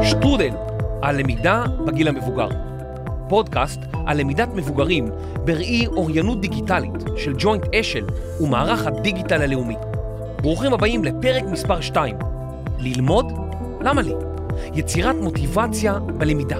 שטרודל, על למידה בגיל המבוגר. פודקאסט על למידת מבוגרים בראי אוריינות דיגיטלית של ג'וינט אשל ומערך הדיגיטל הלאומי. ברוכים הבאים לפרק מספר 2. ללמוד? למה לי? יצירת מוטיבציה בלמידה.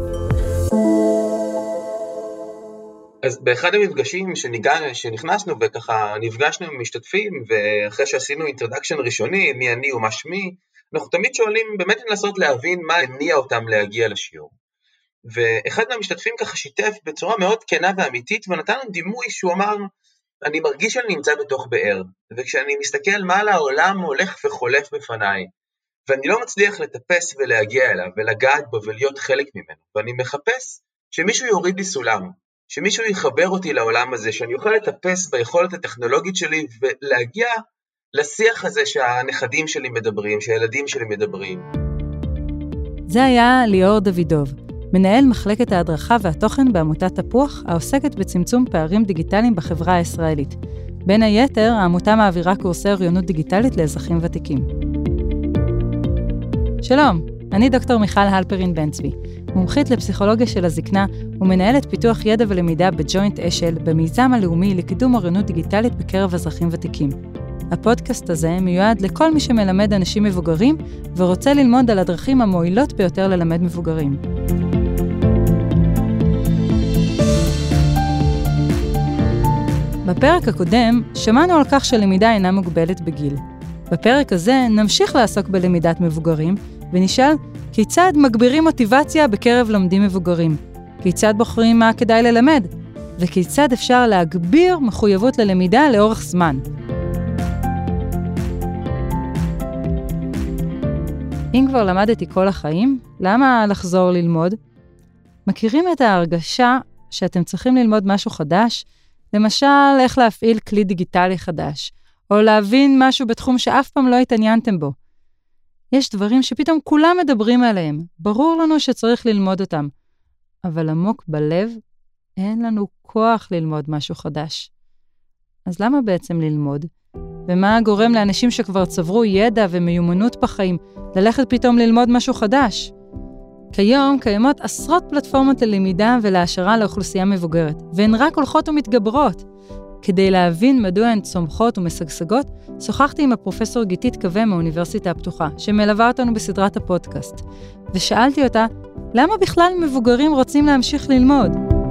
אז באחד המפגשים שנכנסנו וככה נפגשנו עם משתתפים, ואחרי שעשינו אינטרדקשן ראשוני, מי אני ומה שמי, אנחנו תמיד שואלים באמת לנסות להבין מה הניע אותם להגיע לשיעור. ואחד מהמשתתפים ככה שיתף בצורה מאוד כנה ואמיתית, ונתן לנו דימוי שהוא אמר, אני מרגיש שאני נמצא בתוך באר, וכשאני מסתכל מה העולם הולך וחולף בפניי, ואני לא מצליח לטפס ולהגיע אליו, ולגעת בו ולהיות חלק ממנו, ואני מחפש שמישהו יוריד לי סולם, שמישהו יחבר אותי לעולם הזה, שאני אוכל לטפס ביכולת הטכנולוגית שלי, ולהגיע לשיח הזה שהנכדים שלי מדברים, שהילדים שלי מדברים. זה היה ליאור דוידוב, מנהל מחלקת ההדרכה והתוכן בעמותת תפוח, העוסקת בצמצום פערים דיגיטליים בחברה הישראלית. בין היתר, העמותה מעבירה קורסי אוריינות דיגיטלית לאזרחים ותיקים. שלום, אני דוקטור מיכל הלפרין בן צבי, מומחית לפסיכולוגיה של הזקנה ומנהלת פיתוח ידע ולמידה בג'וינט אשל במיזם הלאומי לקידום אוריינות דיגיטלית בקרב אזרחים ותיקים. הפודקאסט הזה מיועד לכל מי שמלמד אנשים מבוגרים ורוצה ללמוד על הדרכים המועילות ביותר ללמד מבוגרים. בפרק הקודם שמענו על כך שלמידה אינה מוגבלת בגיל. בפרק הזה נמשיך לעסוק בלמידת מבוגרים ונשאל כיצד מגבירים מוטיבציה בקרב לומדים מבוגרים, כיצד בוחרים מה כדאי ללמד, וכיצד אפשר להגביר מחויבות ללמידה לאורך זמן. אם כבר למדתי כל החיים, למה לחזור ללמוד? מכירים את ההרגשה שאתם צריכים ללמוד משהו חדש? למשל, איך להפעיל כלי דיגיטלי חדש, או להבין משהו בתחום שאף פעם לא התעניינתם בו. יש דברים שפתאום כולם מדברים עליהם, ברור לנו שצריך ללמוד אותם, אבל עמוק בלב אין לנו כוח ללמוד משהו חדש. אז למה בעצם ללמוד? ומה גורם לאנשים שכבר צברו ידע ומיומנות בחיים ללכת פתאום ללמוד משהו חדש? כיום קיימות עשרות פלטפורמות ללמידה ולהעשרה לאוכלוסייה מבוגרת, והן רק הולכות ומתגברות. כדי להבין מדוע הן צומחות ומשגשגות, שוחחתי עם הפרופסור גיתית קווה מהאוניברסיטה הפתוחה, שמלווה אותנו בסדרת הפודקאסט, ושאלתי אותה, למה בכלל מבוגרים רוצים להמשיך ללמוד?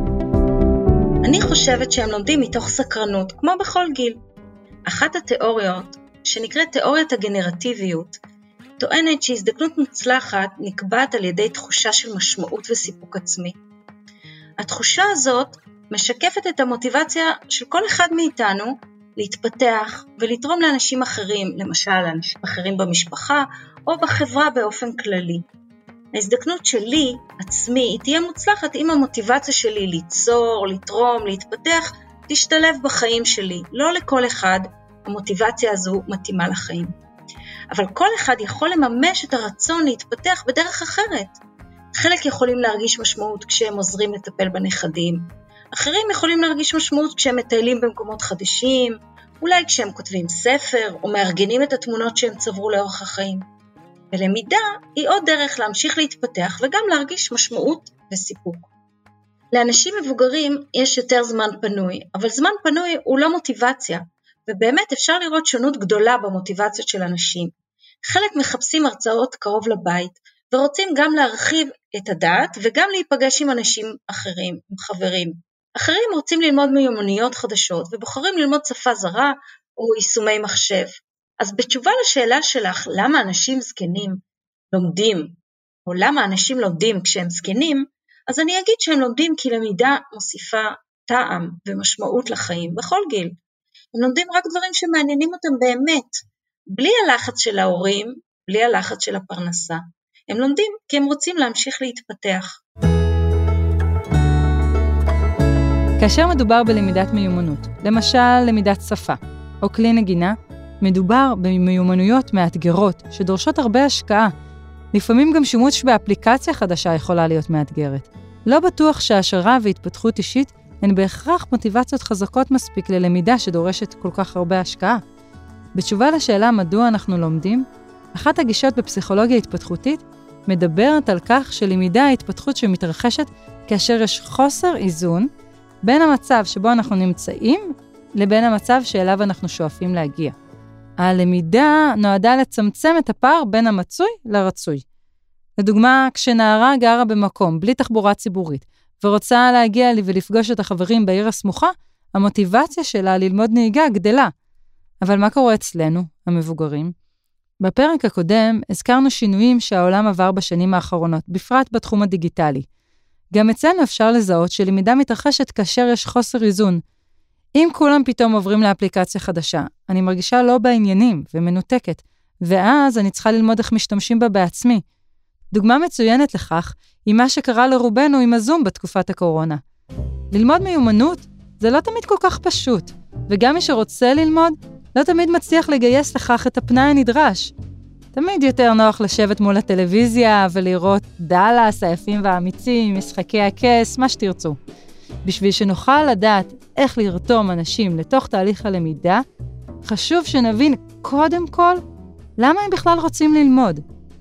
אני חושבת שהם לומדים מתוך סקרנות, כמו בכל גיל. אחת התיאוריות, שנקראת תיאוריית הגנרטיביות, טוענת שהזדקנות מוצלחת נקבעת על ידי תחושה של משמעות וסיפוק עצמי. התחושה הזאת משקפת את המוטיבציה של כל אחד מאיתנו להתפתח ולתרום לאנשים אחרים, למשל לאנשים אחרים במשפחה או בחברה באופן כללי. ההזדקנות שלי, עצמי, תהיה מוצלחת אם המוטיבציה שלי ליצור, לתרום, להתפתח, תשתלב בחיים שלי. לא לכל אחד המוטיבציה הזו מתאימה לחיים. אבל כל אחד יכול לממש את הרצון להתפתח בדרך אחרת. חלק יכולים להרגיש משמעות כשהם עוזרים לטפל בנכדים, אחרים יכולים להרגיש משמעות כשהם מטיילים במקומות חדשים, אולי כשהם כותבים ספר או מארגנים את התמונות שהם צברו לאורך החיים. ולמידה היא עוד דרך להמשיך להתפתח וגם להרגיש משמעות וסיפוק. לאנשים מבוגרים יש יותר זמן פנוי, אבל זמן פנוי הוא לא מוטיבציה, ובאמת אפשר לראות שונות גדולה במוטיבציות של אנשים. חלק מחפשים הרצאות קרוב לבית, ורוצים גם להרחיב את הדעת וגם להיפגש עם אנשים אחרים, עם חברים. אחרים רוצים ללמוד מיומנויות חדשות, ובוחרים ללמוד שפה זרה או יישומי מחשב. אז בתשובה לשאלה שלך, למה אנשים זקנים לומדים, או למה אנשים לומדים כשהם זקנים, אז אני אגיד שהם לומדים כי למידה מוסיפה טעם ומשמעות לחיים בכל גיל. הם לומדים רק דברים שמעניינים אותם באמת, בלי הלחץ של ההורים, בלי הלחץ של הפרנסה. הם לומדים כי הם רוצים להמשיך להתפתח. כאשר מדובר בלמידת מיומנות, למשל למידת שפה או כלי נגינה, מדובר במיומנויות מאתגרות שדורשות הרבה השקעה. לפעמים גם שימוש באפליקציה חדשה יכולה להיות מאתגרת. לא בטוח שהעשרה והתפתחות אישית הן בהכרח מוטיבציות חזקות מספיק ללמידה שדורשת כל כך הרבה השקעה. בתשובה לשאלה מדוע אנחנו לומדים, אחת הגישות בפסיכולוגיה התפתחותית מדברת על כך שלמידה ההתפתחות שמתרחשת כאשר יש חוסר איזון בין המצב שבו אנחנו נמצאים לבין המצב שאליו אנחנו שואפים להגיע. הלמידה נועדה לצמצם את הפער בין המצוי לרצוי. לדוגמה, כשנערה גרה במקום בלי תחבורה ציבורית ורוצה להגיע לי ולפגוש את החברים בעיר הסמוכה, המוטיבציה שלה ללמוד נהיגה גדלה. אבל מה קורה אצלנו, המבוגרים? בפרק הקודם הזכרנו שינויים שהעולם עבר בשנים האחרונות, בפרט בתחום הדיגיטלי. גם אצלנו אפשר לזהות שלמידה מתרחשת כאשר יש חוסר איזון. אם כולם פתאום עוברים לאפליקציה חדשה, אני מרגישה לא בעניינים ומנותקת, ואז אני צריכה ללמוד איך משתמשים בה בעצמי. דוגמה מצוינת לכך היא מה שקרה לרובנו עם הזום בתקופת הקורונה. ללמוד מיומנות זה לא תמיד כל כך פשוט, וגם מי שרוצה ללמוד לא תמיד מצליח לגייס לכך את הפנאי הנדרש. תמיד יותר נוח לשבת מול הטלוויזיה ולראות דלס, היפים והאמיצים, משחקי הכס, מה שתרצו. בשביל שנוכל לדעת איך לרתום אנשים לתוך תהליך הלמידה, חשוב שנבין קודם כל למה הם בכלל רוצים ללמוד.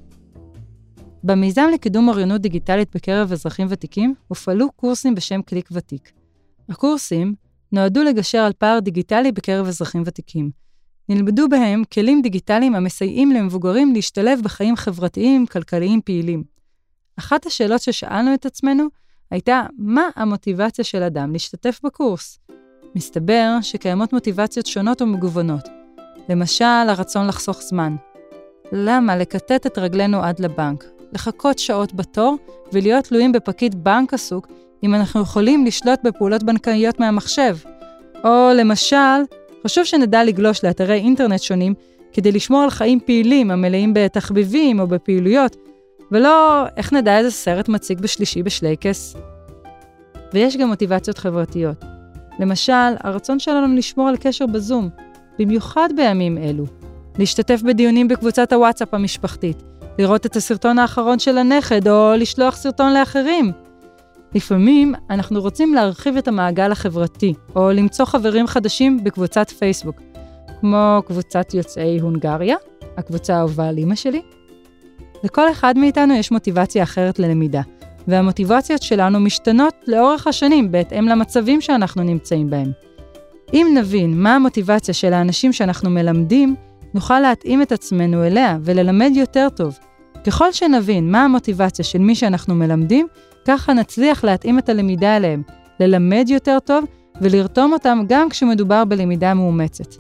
במיזם לקידום אוריינות דיגיטלית בקרב אזרחים ותיקים הופעלו קורסים בשם קליק ותיק. הקורסים נועדו לגשר על פער דיגיטלי בקרב אזרחים ותיקים. נלמדו בהם כלים דיגיטליים המסייעים למבוגרים להשתלב בחיים חברתיים, כלכליים פעילים. אחת השאלות ששאלנו את עצמנו הייתה מה המוטיבציה של אדם להשתתף בקורס. מסתבר שקיימות מוטיבציות שונות ומגוונות. למשל, הרצון לחסוך זמן. למה לקטט את רגלינו עד לבנק? לחכות שעות בתור ולהיות תלויים בפקיד בנק עסוק אם אנחנו יכולים לשלוט בפעולות בנקאיות מהמחשב. או למשל, חשוב שנדע לגלוש לאתרי אינטרנט שונים כדי לשמור על חיים פעילים המלאים בתחביבים או בפעילויות, ולא איך נדע איזה סרט מציג בשלישי בשלייקס. ויש גם מוטיבציות חברתיות. למשל, הרצון שלנו לשמור על קשר בזום, במיוחד בימים אלו. להשתתף בדיונים בקבוצת הוואטסאפ המשפחתית, לראות את הסרטון האחרון של הנכד או לשלוח סרטון לאחרים. לפעמים אנחנו רוצים להרחיב את המעגל החברתי, או למצוא חברים חדשים בקבוצת פייסבוק, כמו קבוצת יוצאי הונגריה, הקבוצה האהובה על אמא שלי. לכל אחד מאיתנו יש מוטיבציה אחרת ללמידה, והמוטיבציות שלנו משתנות לאורך השנים בהתאם למצבים שאנחנו נמצאים בהם. אם נבין מה המוטיבציה של האנשים שאנחנו מלמדים, נוכל להתאים את עצמנו אליה וללמד יותר טוב. ככל שנבין מה המוטיבציה של מי שאנחנו מלמדים, ככה נצליח להתאים את הלמידה אליהם, ללמד יותר טוב ולרתום אותם גם כשמדובר בלמידה מאומצת.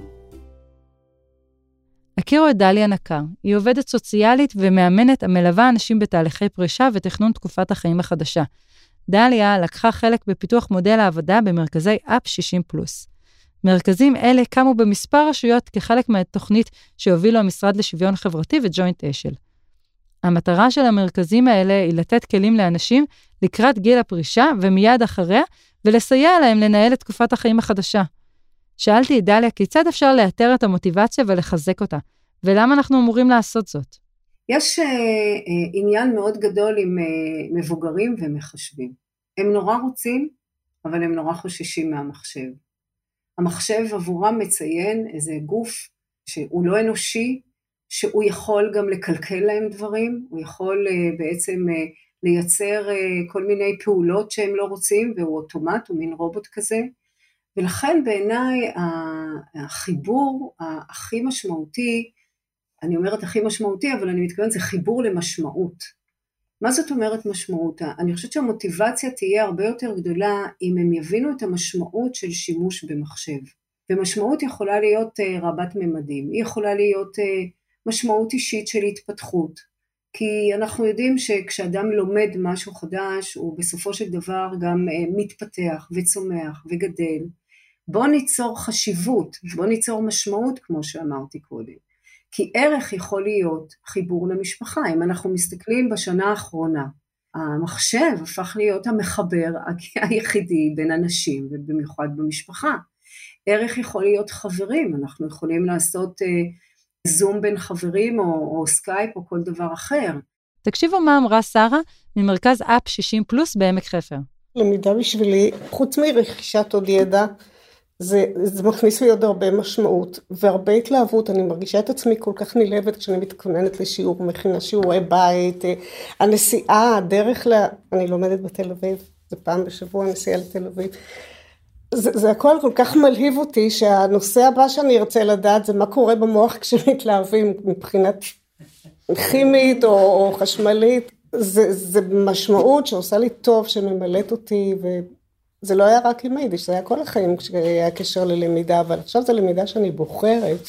הכירו את דליה נקר. היא עובדת סוציאלית ומאמנת המלווה אנשים בתהליכי פרישה ותכנון תקופת החיים החדשה. דליה לקחה חלק בפיתוח מודל העבודה במרכזי אפ 60+. מרכזים אלה קמו במספר רשויות כחלק מהתוכנית שהובילו המשרד לשוויון חברתי וג'וינט אשל. המטרה של המרכזים האלה היא לתת כלים לאנשים לקראת גיל הפרישה ומיד אחריה, ולסייע להם לנהל את תקופת החיים החדשה. שאלתי את דליה כיצד אפשר לאתר את המוטיבציה ולחזק אותה, ולמה אנחנו אמורים לעשות זאת. יש עניין מאוד גדול עם מבוגרים ומחשבים. הם נורא רוצים, אבל הם נורא חוששים מהמחשב. המחשב עבורם מציין איזה גוף שהוא לא אנושי, שהוא יכול גם לקלקל להם דברים, הוא יכול בעצם לייצר כל מיני פעולות שהם לא רוצים, והוא אוטומט, הוא מין רובוט כזה, ולכן בעיניי החיבור הכי משמעותי, אני אומרת הכי משמעותי, אבל אני מתכוונת, זה חיבור למשמעות. מה זאת אומרת משמעות? אני חושבת שהמוטיבציה תהיה הרבה יותר גדולה, אם הם יבינו את המשמעות של שימוש במחשב. ומשמעות יכולה להיות רבת ממדים, היא יכולה להיות משמעות אישית של התפתחות, כי אנחנו יודעים שכשאדם לומד משהו חדש, הוא בסופו של דבר גם מתפתח וצומח וגדל. בוא ניצור חשיבות, בוא ניצור משמעות כמו שאמרתי קודם, כי ערך יכול להיות חיבור למשפחה. אם אנחנו מסתכלים בשנה האחרונה, המחשב הפך להיות המחבר היחידי בין אנשים ובמיוחד במשפחה. ערך יכול להיות חברים, אנחנו יכולים לעשות זום בין חברים או סקייפ או כל דבר אחר. תקשיבו מה אמרה שרה ממרכז אפ 60+ בעמק חפר. למידה בשבילי, חוץ מרכישת עוד ידע, זה מכניס לי עוד הרבה משמעות, והרבה התלהבות. אני מרגישה את עצמי כל כך נלהבת כשאני מתכוננת לשיעור, מכינה שיעורי בית, הנסיעה, הדרך אני לומדת בתל אביב, זה פעם בשבוע הנסיעה לתל אביב. זה הכל כל כך מלהיב אותי, שהנושא הבא שאני ארצה לדעת זה מה קורה במוח כשמתלהבים, מבחינת כימית או חשמלית. זה משמעות שעושה לי טוב, שממלאת אותי, וזה לא היה רק עם היידיש, זה היה כל החיים כשהיה קשר ללמידה, אבל עכשיו זה למידה שאני בוחרת.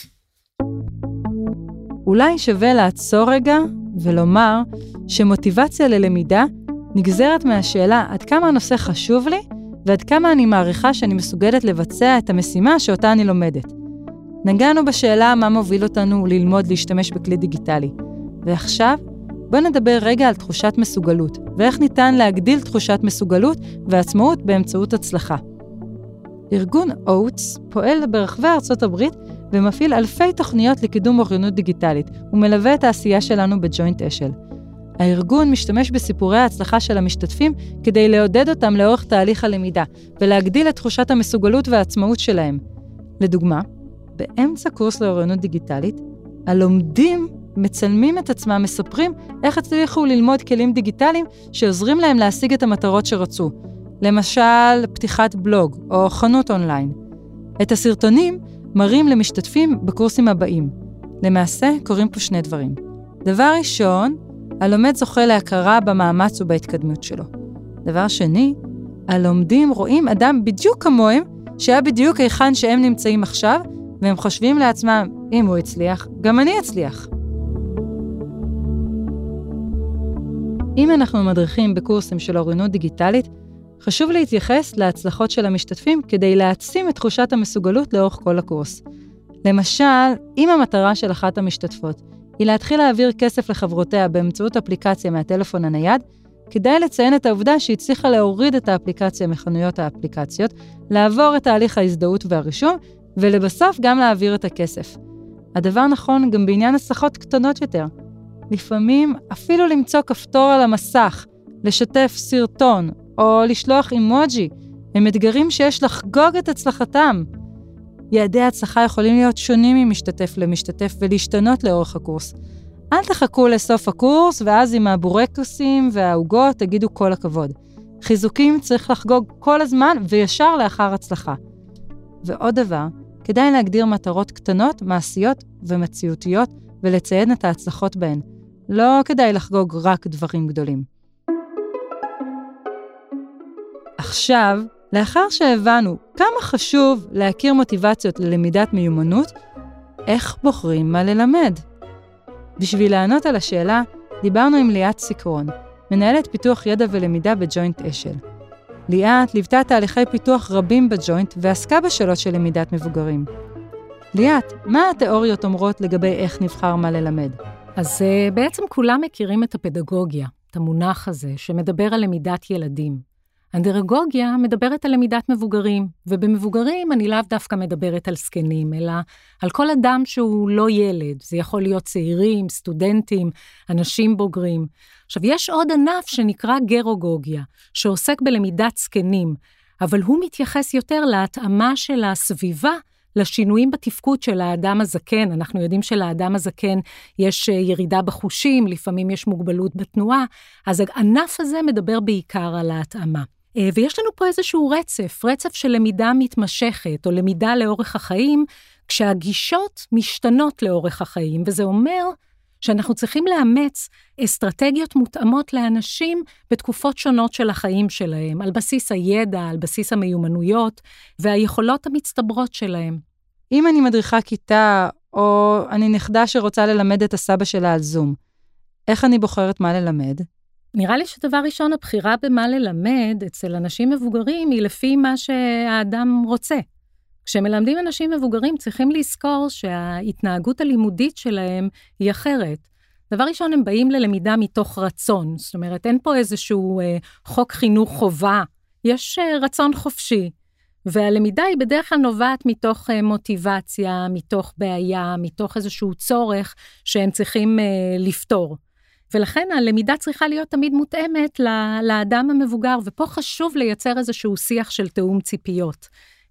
אולי שווה לעצור רגע ולומר שמוטיבציה ללמידה נגזרת מהשאלה עד כמה הנושא חשוב לי, ועד כמה אני מעריכה שאני מסוגלת לבצע את המשימה שאותה אני לומדת. נגענו בשאלה מה מוביל אותנו ללמוד להשתמש בכלי דיגיטלי. ועכשיו, בוא נדבר רגע על תחושת מסוגלות, ואיך ניתן להגדיל תחושת מסוגלות ועצמאות באמצעות הצלחה. ארגון אוטס פועל ברחבי ארצות הברית ומפעיל אלפי תוכניות לקידום אוריינות דיגיטלית, ומלווה את העשייה שלנו בג'וינט אשל. הארגון משתמש בסיפורי ההצלחה של המשתתפים כדי לעודד אותם לאורך תהליך הלמידה, ולהגדיל את תחושת המסוגלות והעצמאות שלהם. לדוגמה, באמצע קורס לאוריינות דיגיטלית, הלומדים מצלמים את עצמם, מספרים איך הצליחו ללמוד כלים דיגיטליים שעוזרים להם להשיג את המטרות שרצו. למשל, פתיחת בלוג או חנות אונליין. את הסרטונים מראים למשתתפים בקורסים הבאים. למעשה, קוראים פה שני דברים. דבר ראשון, הלומד זוכה להכרה במאמץ ובהתקדמות שלו. דבר שני, הלומדים רואים אדם בדיוק כמוהם, שהיה בדיוק היכן שהם נמצאים עכשיו, והם חושבים לעצמם, אם הוא הצליח, גם אני אצליח. אם אנחנו מדריכים בקורסים של אוריינות דיגיטלית, חשוב להתייחס להצלחות של המשתתפים כדי להעצים את תחושת המסוגלות לאורך כל הקורס. למשל, אם המטרה של אחת המשתתפות היא להתחיל להעביר כסף לחברותיה באמצעות אפליקציה מהטלפון הנייד, כדאי לציין את העובדה שהיא הצליחה להוריד את האפליקציה מחנויות האפליקציות, לעבור את תהליך ההזדהות והרישום, ולבסוף גם להעביר את הכסף. הדבר נכון גם בעניין הצלחות קטנות יותר. לפעמים אפילו למצוא כפתור על המסך, לשתף סרטון או לשלוח אימוג'י, הם אתגרים שיש לחגוג את הצלחתם. יעדי ההצלחה יכולים להיות שונים ממשתתף למשתתף ולהשתנות לאורך הקורס. אל תחכו לסוף הקורס ואז עם הבורקסים והעוגות תגידו כל הכבוד. חיזוקים צריך לחגוג כל הזמן וישר לאחר הצלחה. ועוד דבר, כדאי להגדיר מטרות קטנות, מעשיות ומציאותיות ולציין את ההצלחות בהן. לא כדאי לחגוג רק דברים גדולים. עכשיו, לאחר שהבנו כמה חשוב להכיר מוטיבציות ללמידת מיומנות, איך בוחרים מה ללמד? בשביל לענות על השאלה, דיברנו עם ליאת סיקרון, מנהלת פיתוח ידע ולמידה בג'וינט אשל. ליאת ליוותה תהליכי פיתוח רבים בג'וינט ועסקה בשאלות של למידת מבוגרים. ליאת, מה התיאוריות אומרות לגבי איך נבחר מה ללמד? אז בעצם כולם מכירים את הפדגוגיה, את המונח הזה, שמדבר על למידת ילדים. אנדרגוגיה מדברת על למידת מבוגרים, ובמבוגרים אני לאו דווקא מדברת על זקנים, אלא על כל אדם שהוא לא ילד. זה יכול להיות צעירים, סטודנטים, אנשים בוגרים. עכשיו, יש עוד ענף שנקרא גרוגוגיה, שעוסק בלמידת זקנים, אבל הוא מתייחס יותר להתאמה של הסביבה, לשינויים בתפקוד של האדם הזקן. אנחנו יודעים שלאדם הזקן יש ירידה בחושים, לפעמים יש מוגבלות בתנועה, אז הענף הזה מדבר בעיקר על ההתאמה. ויש לנו פה איזשהו רצף של למידה מתמשכת, או למידה לאורך החיים, כשהגישות משתנות לאורך החיים, וזה אומר שאנחנו צריכים לאמץ אסטרטגיות מותאמות לאנשים בתקופות שונות של החיים שלהם, על בסיס הידע, על בסיס המיומנויות, והיכולות המצטברות שלהם. אם אני מדריכה כיתה, או אני נכדה שרוצה ללמד את הסבא שלה על זום, איך אני בוחרת מה ללמד? נראה לי שדבר ראשון, הבחירה במה ללמד אצל אנשים מבוגרים היא לפי מה שהאדם רוצה. כשמלמדים אנשים מבוגרים צריכים לזכור שההתנהגות הלימודית שלהם היא אחרת. דבר ראשון, הם באים ללמידה מתוך רצון, זאת אומרת, אין פה איזשהו חוק חינוך חובה, יש רצון חופשי, והלמידה היא בדרך כלל נובעת מתוך מוטיבציה, מתוך בעיה, מתוך איזשהו צורך שהם צריכים לפתור. ולכן הלמידה צריכה להיות תמיד מותאמת לאדם המבוגר, ופה חשוב לייצר איזשהו שיח של תאום ציפיות.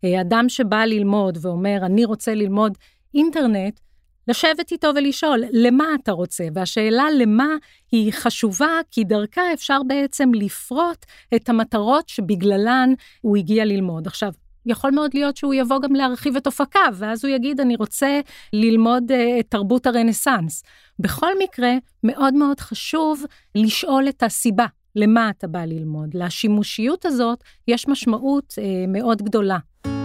אדם שבא ללמוד ואומר, אני רוצה ללמוד אינטרנט, לשבת איתו ולשאול, למה אתה רוצה? והשאלה למה היא חשובה, כי דרכה אפשר בעצם לפרוט את המטרות שבגללן הוא הגיע ללמוד. עכשיו, יכול מאוד להיות שהוא יבוא גם להרחיב את אופקיו, ואז הוא יגיד, אני רוצה ללמוד את תרבות הרנסנס. בכל מקרה, מאוד מאוד חשוב לשאול את הסיבה, למה אתה בא ללמוד. לשימושיות הזאת יש משמעות מאוד גדולה.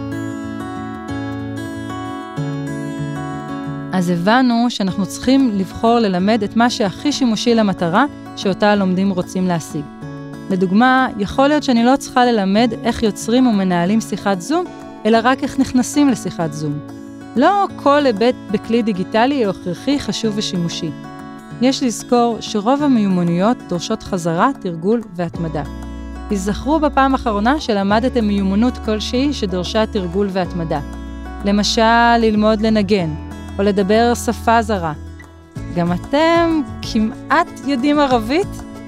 אז הבנו שאנחנו צריכים לבחור ללמד את מה שהכי שימושי למטרה שאותה הלומדים רוצים להשיג. לדוגמה, יכול להיות שאני לא צריכה ללמד איך יוצרים ומנהלים שיחת זום, אלא רק איך נכנסים לשיחת זום. לא כל היבט בכלי דיגיטלי הוא הכרחי, חשוב ושימושי. יש לזכור שרוב המיומנויות דורשות חזרה, תרגול והתמדה. תזכרו בפעם האחרונה שלמדתם מיומנות כלשהי שדורשה תרגול והתמדה. למשל, ללמוד לנגן, או לדבר שפה זרה. גם אתם כמעט יודעים ערבית?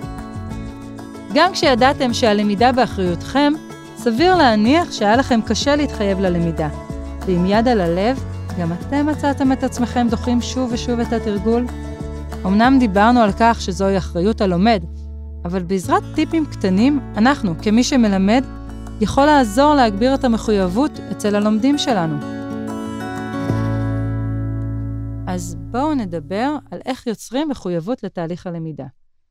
גם כשידעתם שהלמידה באחריותכם, סביר להניח שהיה לכם קשה להתחייב ללמידה. ועם יד על הלב, גם אתם מצאתם את עצמכם דוחים שוב ושוב את התרגול. אמנם דיברנו על כך שזוהי אחריות הלומד, אבל בעזרת טיפים קטנים, אנחנו, כמי שמלמד, יכול לעזור להגביר את המחויבות אצל הלומדים שלנו. אז בואו נדבר על איך יוצרים מחויבות לתהליך הלמידה.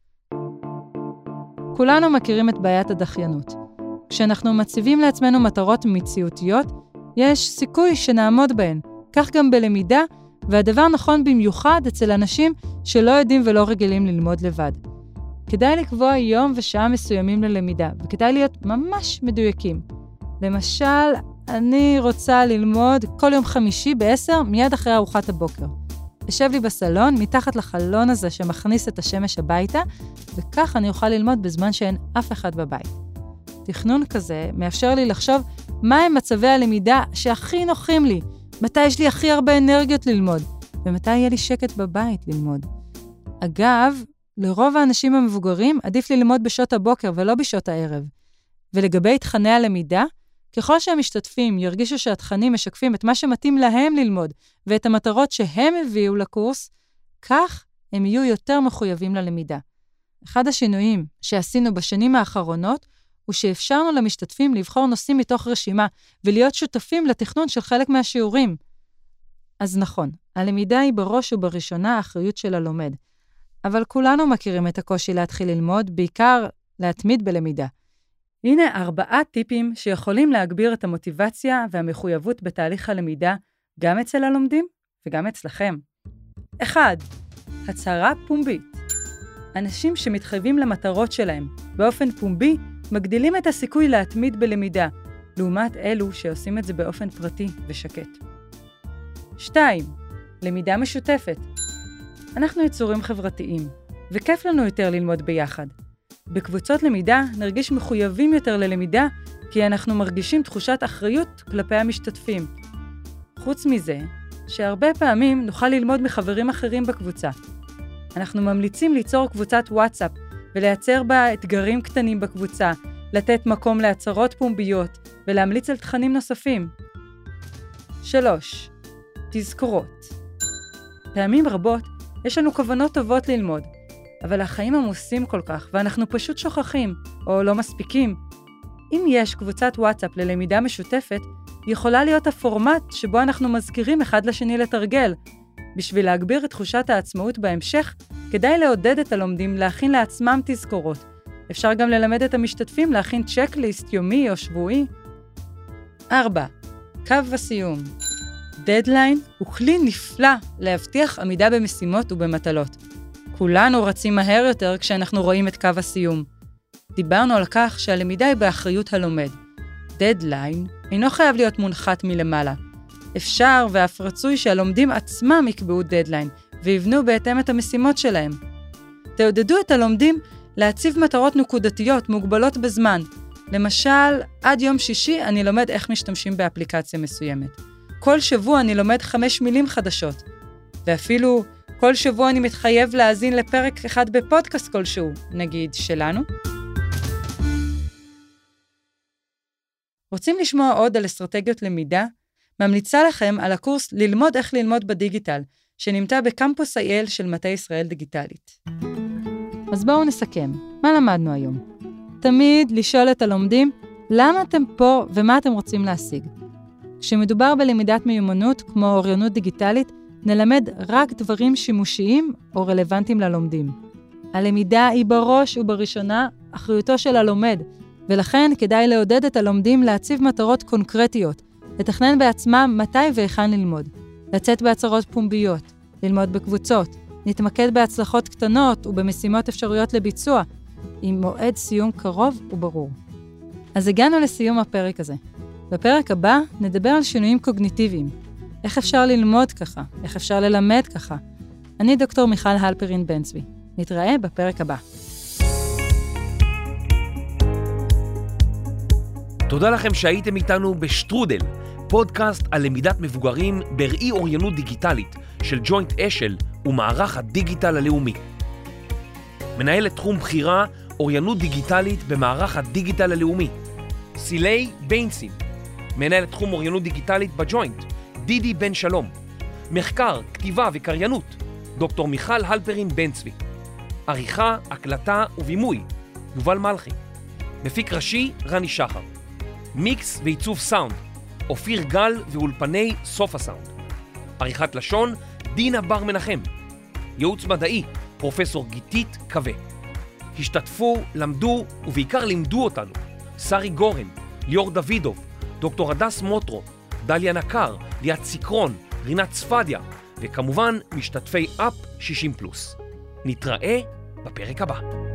כולנו מכירים את בעיית הדחיינות. כשאנחנו מציבים לעצמנו מטרות מציאותיות, יש סיכוי שנעמוד בהן. כך גם בלמידה, והדבר נכון במיוחד אצל אנשים שלא יודעים ולא רגילים ללמוד לבד. כדאי לקבוע יום ושעה מסוימים ללמידה, וכדאי להיות ממש מדויקים. למשל, אני רוצה ללמוד כל יום חמישי ב-10 מיד אחרי ארוחת הבוקר. אשב לי בסלון, מתחת לחלון הזה שמכניס את השמש הביתה, וכך אני אוכל ללמוד בזמן שאין אף אחד בבית. תכנון כזה מאפשר לי לחשוב מהם מצבי הלמידה שהכי נוחים לי, מתי יש לי הכי הרבה אנרגיות ללמוד, ומתי יהיה לי שקט בבית ללמוד. אגב, לרוב האנשים המבוגרים עדיף ללמוד בשעות הבוקר ולא בשעות הערב. ולגבי תכני הלמידה, ככל שהמשתתפים ירגישו שהתכנים משקפים את מה שמתאים להם ללמוד ואת המטרות שהם הביאו לקורס, כך הם יהיו יותר מחויבים ללמידה. אחד השינויים שעשינו בשנים האחרונות הוא שאפשרנו למשתתפים לבחור נושאים מתוך רשימה ולהיות שותפים לתכנון של חלק מהשיעורים. אז נכון, הלמידה היא בראש ובראשונה האחריות של הלומד, אבל כולנו מכירים את הקושי להתחיל ללמוד, בעיקר להתמיד בלמידה. הנה 4 טיפים שיכולים להגביר את המוטיבציה והמחויבות בתהליך הלמידה, גם אצל הלומדים וגם אצלכם. 1. הצהרה פומבית. אנשים שמתחייבים למטרות שלהם באופן פומבי, מגדילים את הסיכוי להתמיד בלמידה, לעומת אלו שעושים את זה באופן פרטי ושקט. 2. למידה משותפת. אנחנו יצורים חברתיים, וכיף לנו יותר ללמוד ביחד. בקבוצות למידה נרגיש מחויבים יותר ללמידה, כי אנחנו מרגישים תחושת אחריות כלפי המשתתפים. חוץ מזה, שהרבה פעמים נוכל ללמוד מחברים אחרים בקבוצה. אנחנו ממליצים ליצור קבוצת וואטסאפ, ולייצר בה אתגרים קטנים בקבוצה, לתת מקום להצהרות פומביות, ולהמליץ על תכנים נוספים. 3. תזכורות. פעמים רבות יש לנו כוונות טובות ללמוד, אבל החיים עמוסים כל כך, ואנחנו פשוט שוכחים, או לא מספיקים. אם יש קבוצת וואטסאפ ללמידה משותפת, יכולה להיות הפורמט שבו אנחנו מזכירים אחד לשני לתרגל. בשביל להגביר את תחושת העצמאות בהמשך, כדאי לעודד את הלומדים להכין לעצמם תזכורות. אפשר גם ללמד את המשתתפים להכין צ'קליסט יומי או שבועי. 4. קו הסיום. דדליין הוא כלי נפלא להבטיח עמידה במשימות ובמטלות. כולנו רצים מהר יותר כשאנחנו רואים את קו הסיום. דיברנו על כך שהלמידה היא באחריות הלומד. דדליין אינו חייב להיות מונחת מלמעלה. אפשר ואף רצוי שהלומדים עצמם יקבעו דדליין ויבנו בהתאם את המשימות שלהם. תעודדו את הלומדים להציב מטרות נקודתיות מוגבלות בזמן. למשל, עד יום שישי אני לומד איך משתמשים באפליקציה מסוימת. כל שבוע אני לומד 5 מילים חדשות. ואפילו כל שבוע אני מתחייב להאזין לפרק אחד בפודקאסט כלשהו, נגיד שלנו. רוצים לשמוע עוד על אסטרטגיות למידה? ממליצה לכם על הקורס ללמוד איך ללמוד בדיגיטל, שנמצא בקמפוס IL של מטה ישראל דיגיטלית. אז בואו נסכם. מה למדנו היום? תמיד לשאול את הלומדים, למה אתם פה ומה אתם רוצים להשיג? כשמדובר בלמידת מיומנות כמו אוריינות דיגיטלית, נלמד רק דברים שימושיים או רלוונטיים ללומדים. הלמידה היא בראש ובראשונה אחריותו של הלומד, ולכן כדאי לעודד את הלומדים להציב מטרות קונקרטיות, לתכנן בעצמם מתי והיכן ללמוד, לצאת בהצהרות פומביות, ללמוד בקבוצות, נתמקד בהצלחות קטנות ובמשימות אפשרויות לביצוע, עם מועד סיום קרוב וברור. אז הגענו לסיום הפרק הזה. בפרק הבא נדבר על שינויים קוגניטיביים. איך אפשר ללמוד ככה? איך אפשר ללמד ככה? אני דוקטור מיכל הלפרין בן צבי. נתראה בפרק הבא. תודה לכם שהייתם איתנו בשטרודל, פודקאסט על למידת מבוגרים בראי אוריינות דיגיטלית של ג'וינט אשל ומערך הדיגיטל הלאומי. מנהלת תחום בחירה אוריינות דיגיטלית במערך הדיגיטל הלאומי, סילי ביינסין. מנהלת תחום אוריינות דיגיטלית בג'וינט, דידי בן שלום. מחקר, כתיבה וקריינות, דוקטור מיכל הלפרין בן צבי. עריכה, הקלטה ובימוי, יובל מלכי. מפיק ראשי, רני שחר. מיקס ועיצוב סאונד, אופיר גל ואולפני סוף הסאונד. עריכת לשון, דינה בר מנחם. ייעוץ מדעי, פרופסור גיתית קווה. השתתפו, למדו ובעיקר לימדו אותנו שרי גורן, ליאור דוידוב, דוקטור הדס מוטרו, דליה נקר, ליאת סיקרון, רינת צפדיה, וכמובן משתתפי אפ 60+. נתראה בפרק הבא.